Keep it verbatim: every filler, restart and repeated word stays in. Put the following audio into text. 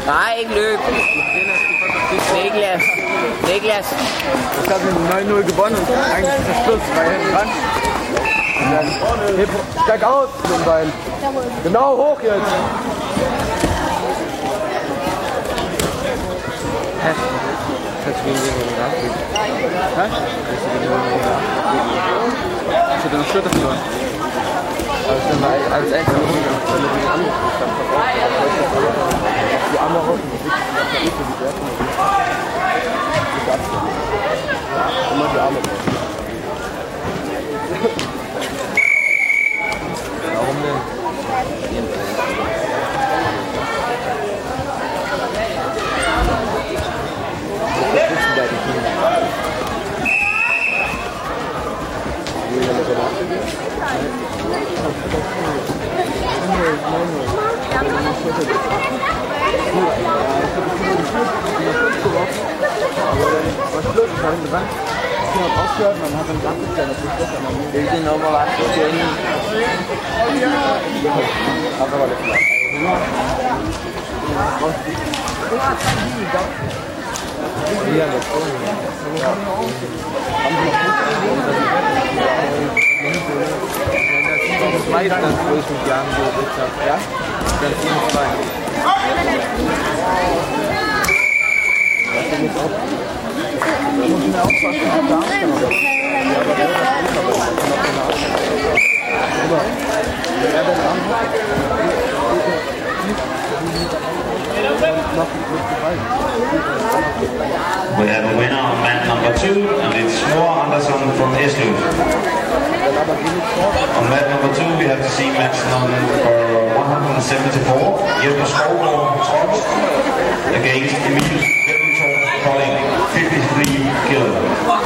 Nej, ikke løb. Niklas. Niklas. Ich habe den neun null gewonnen und eigentlich ist Schluss, weil hinten dran. Und dann, hey, steig aus mit dem Bein. Genau, hoch jetzt. Hä? Das hat wie ein Hä? Ich hätte noch Schritte verloren. Aber ich bin mal als Extra wenn du den Anruf dann verbrauchst, die Arme raus und die Wichtigsten für die Werfen. Immer die Arme raus. Warum denn? Aufgehört, man hat dann gesagt, dass das nicht besser ist. Wir sind nochmal abgesehen. Aber war das klar. Ja, das ist zwei dann durch mit Jahren geholt habe. Ja? Dann sieben zwei. Ich muss mir aufpassen, dass ich da We have a winner on mat number two, and it's Noah Andersson from Eslöv. On mat number two, we have to see match number one hundred seventy-four, Jesper Skovgaard Trops against Emil Vedeltorp Kolding, fifty-three kilos.